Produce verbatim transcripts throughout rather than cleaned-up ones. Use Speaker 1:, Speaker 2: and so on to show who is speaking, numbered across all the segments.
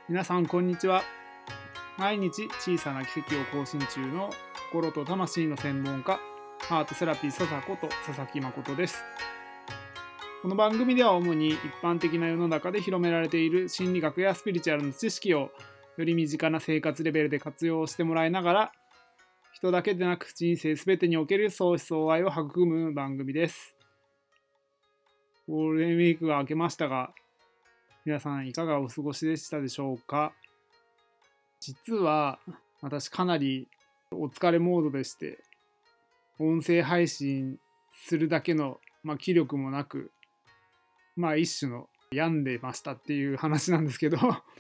Speaker 1: 皆さんこんにちは。毎日小さな奇跡を更新中の心と魂の専門家、ハートセラピー笹子と佐々木誠です。この番組では主に一般的な世の中で広められている心理学やスピリチュアルの知識をより身近な生活レベルで活用してもらいながら、人だけでなく人生すべてにおける相思相愛を育む番組です。ゴールデンウィークが明けましたが、皆さんいかがお過ごしでしたでしょうか。実は私かなりお疲れモードでして、音声配信するだけの、まあ、気力もなく、まあ一種の病んでましたっていう話なんですけど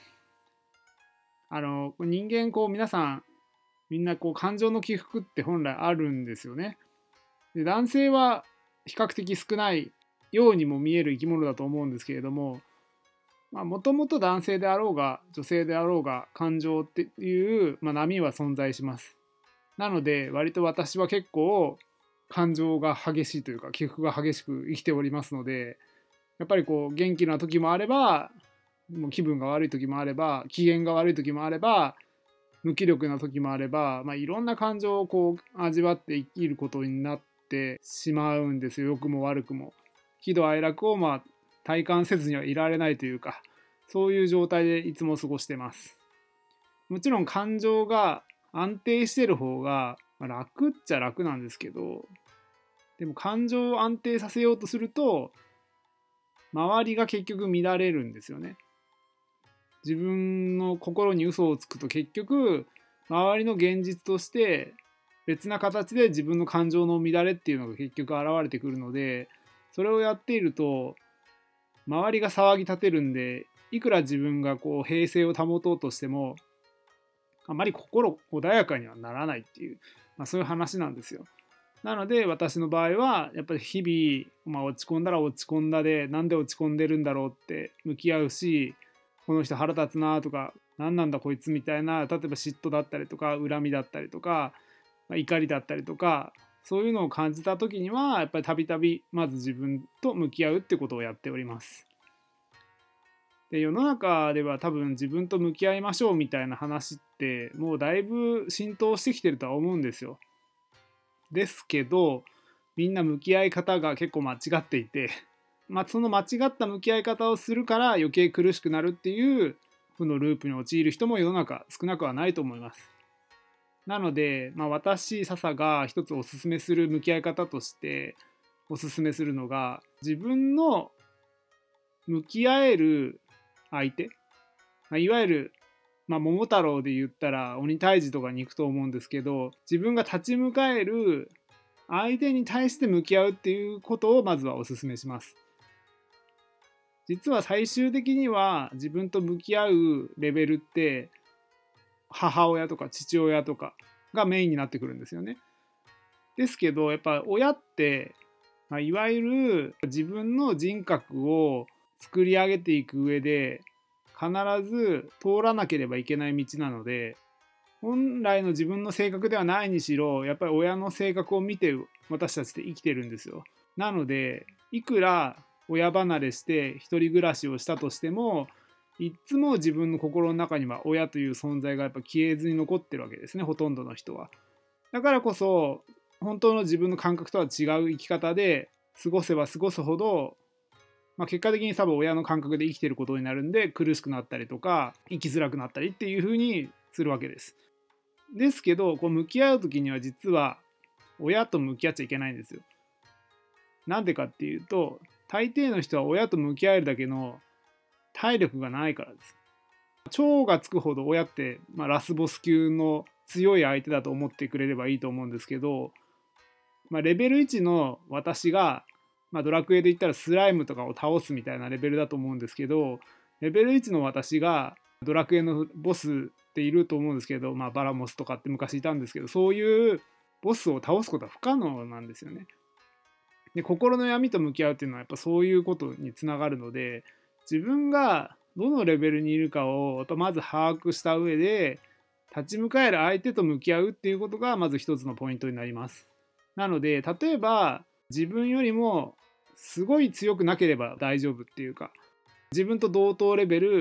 Speaker 1: あの人間こう皆さんみんなこう感情の起伏って本来あるんですよね。で、男性は比較的少ないようにも見える生き物だと思うんですけれども、もともと男性であろうが女性であろうが感情っていう、まあ、波は存在します。なので割と私は結構感情が激しいというか起伏が激しく生きておりますので、やっぱりこう元気な時もあれば、もう気分が悪い時もあれば、機嫌が悪い時もあれば、無気力な時もあれば、まあ、いろんな感情をこう味わって生きることになってしまうんですよ。良くも悪くも。喜怒哀楽をまあ体感せずにはいられないというか、そういう状態でいつも過ごしてます。もちろん感情が安定してる方が楽っちゃ楽なんですけど、でも感情を安定させようとすると周りが結局乱れるんですよね。自分の心に嘘をつくと結局周りの現実として別な形で自分の感情の乱れっていうのが結局現れてくるので、それをやっていると周りが騒ぎ立てるんで、いくら自分がこう平静を保とうとしてもあまり心穏やかにはならないっていう、まあ、そういう話なんですよ。なので私の場合はやっぱり日々、まあ、落ち込んだら落ち込んだで、なんで落ち込んでるんだろうって向き合うし、この人腹立つなとか、何なんだこいつみたいな、例えば嫉妬だったりとか恨みだったりとか、まあ、怒りだったりとか、そういうのを感じた時にはやっぱりたびたびまず自分と向き合うってことをやっております。で、世の中では多分自分と向き合いましょうみたいな話ってもうだいぶ浸透してきてるとは思うんですよ。ですけどみんな向き合い方が結構間違っていて、まあ、その間違った向き合い方をするから余計苦しくなるっていう負のループに陥る人も世の中少なくはないと思います。なので、まあ、私笹が一つおすすめする向き合い方としておすすめするのが、自分の向き合える相手、まあ、いわゆる、まあ、桃太郎で言ったら鬼退治とかに行くと思うんですけど、自分が立ち向かえる相手に対して向き合うっていうことをまずはお勧めします。実は最終的には自分と向き合うレベルって母親とか父親とかがメインになってくるんですよね。ですけどやっぱ親って、まあ、いわゆる自分の人格を作り上げていく上で必ず通らなければいけない道なので、本来の自分の性格ではないにしろやっぱり親の性格を見て私たちって生きてるんですよ。なのでいくら親離れして一人暮らしをしたとしても、いつも自分の心の中には親という存在がやっぱ消えずに残ってるわけですね、ほとんどの人は。だからこそ本当の自分の感覚とは違う生き方で過ごせば過ごすほど、まあ、結果的に多分親の感覚で生きてることになるんで、苦しくなったりとか生きづらくなったりっていう風にするわけです。ですけどこう向き合う時には実は親と向き合っちゃいけないんですよ。なんでかっていうと、大抵の人は親と向き合えるだけの体力がないからです。超がつくほど親って、まあ、ラスボス級の強い相手だと思ってくれればいいと思うんですけど、まあ、レベルいちの私が、まあ、ドラクエで言ったらスライムとかを倒すみたいなレベルだと思うんですけど、レベルいちの私がドラクエのボスっていると思うんですけど、まあ、バラモスとかって昔いたんですけど、そういうボスを倒すことは不可能なんですよね。で、心の闇と向き合うっていうのはやっぱそういうことにつながるので、自分がどのレベルにいるかをやっぱまず把握した上で立ち向かえる相手と向き合うっていうことがまず一つのポイントになります。なので例えば自分よりもすごい強くなければ大丈夫っていうか、自分と同等レベル、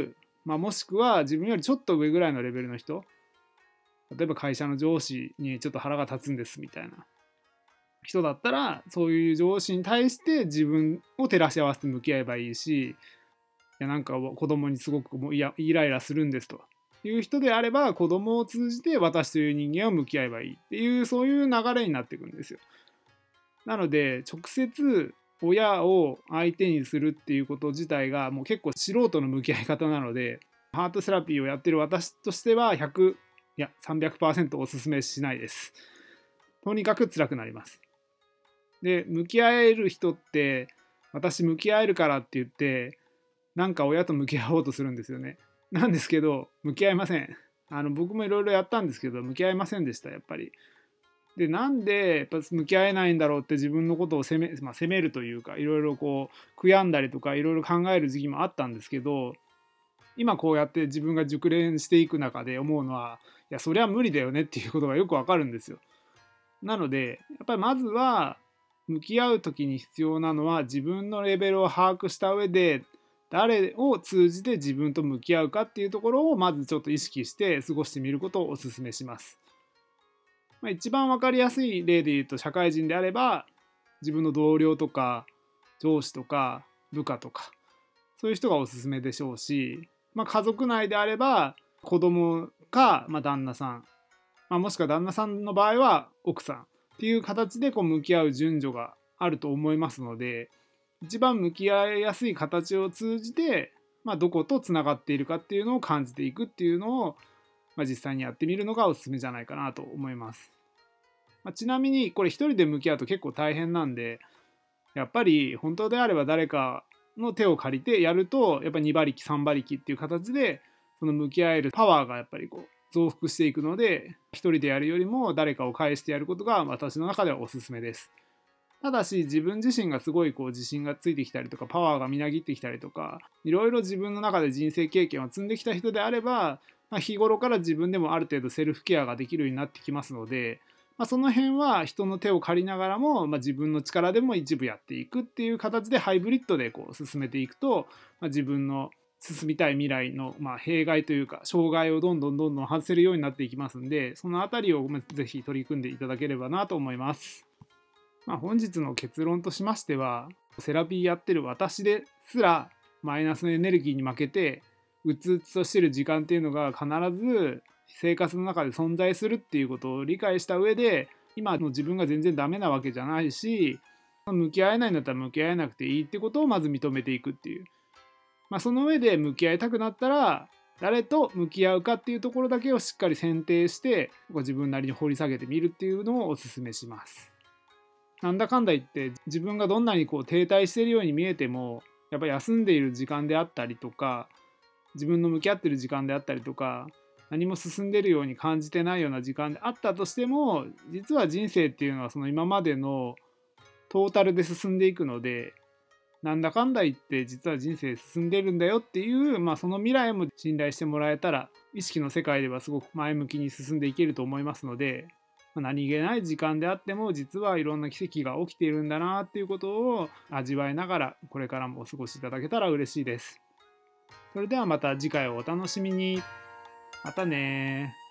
Speaker 1: まあ、もしくは自分よりちょっと上ぐらいのレベルの人、例えば会社の上司にちょっと腹が立つんですみたいな人だったら、そういう上司に対して自分を照らし合わせて向き合えばいいし、いやなんか子供にすごくもういやイライラするんですという人であれば、子供を通じて私という人間を向き合えばいいっていう、そういう流れになっていくんですよ。なので直接親を相手にするっていうこと自体がもう結構素人の向き合い方なので、ハートセラピーをやってる私としてはひゃくいや さんびゃくパーセント おすすめしないです。とにかく辛くなります。で向き合える人って、私向き合えるからって言ってなんか親と向き合おうとするんですよね。なんですけど向き合いません。あの僕もいろいろやったんですけど向き合いませんでした、やっぱり。でなんでやっぱ向き合えないんだろうって自分のことを責め、まあ、責めるというか、いろいろこう悔やんだりとかいろいろ考える時期もあったんですけど、今こうやって自分が熟練していく中で思うのは、いやそりゃ無理だよねっていうことがよくわかるんですよ。なのでやっぱりまずは向き合う時に必要なのは、自分のレベルを把握した上で誰を通じて自分と向き合うかっていうところをまずちょっと意識して過ごしてみることをお勧めします。まあ、一番分かりやすい例で言うと、社会人であれば自分の同僚とか上司とか部下とか、そういう人がおすすめでしょうし、まあ、家族内であれば子供か、まあ、旦那さん、まあ、もしくは旦那さんの場合は奥さんっていう形でこう向き合う順序があると思いますので、一番向き合いやすい形を通じて、まあ、どことつながっているかっていうのを感じていくっていうのを、まあ、実際にやってみるのがおすすめじゃないかなと思います。まあ、ちなみにこれ一人で向き合うと結構大変なんで、やっぱり本当であれば誰かの手を借りてやると、やっぱりに馬力さん馬力っていう形でその向き合えるパワーがやっぱりこう増幅していくので、一人でやるよりも誰かを介してやることが私の中ではおすすめです。ただし自分自身がすごいこう自信がついてきたりとか、パワーがみなぎってきたりとか、いろいろ自分の中で人生経験を積んできた人であれば、まあ、日頃から自分でもある程度セルフケアができるようになってきますので、まあ、その辺は人の手を借りながらも、まあ、自分の力でも一部やっていくっていう形でハイブリッドでこう進めていくと、まあ、自分の進みたい未来の、まあ、弊害というか障害をどんどんどんどん外せるようになっていきますんで、そのあたりをぜひ取り組んでいただければなと思います。まあ、本日の結論としましては、セラピーやってる私ですらマイナスのエネルギーに負けてうつうつとしてる時間っていうのが必ず生活の中で存在するっていうことを理解した上で、今の自分が全然ダメなわけじゃないし、向き合えないんだったら向き合えなくていいってことをまず認めていくっていう、まあ、その上で向き合いたくなったら誰と向き合うかっていうところだけをしっかり選定してご自分なりに掘り下げてみるっていうのをおすすめします。なんだかんだ言って自分がどんなにこう停滞しているように見えても、やっぱり休んでいる時間であったりとか、自分の向き合っている時間であったりとか、何も進んでいるように感じてないような時間であったとしても、実は人生っていうのはその今までのトータルで進んでいくので、なんだかんだ言って実は人生進んでるんだよっていう、まあ、その未来も信頼してもらえたら、意識の世界ではすごく前向きに進んでいけると思いますので、何気ない時間であっても実はいろんな奇跡が起きているんだなっていうことを味わいながらこれからもお過ごしいただけたら嬉しいです。それではまた次回をお楽しみに。またね。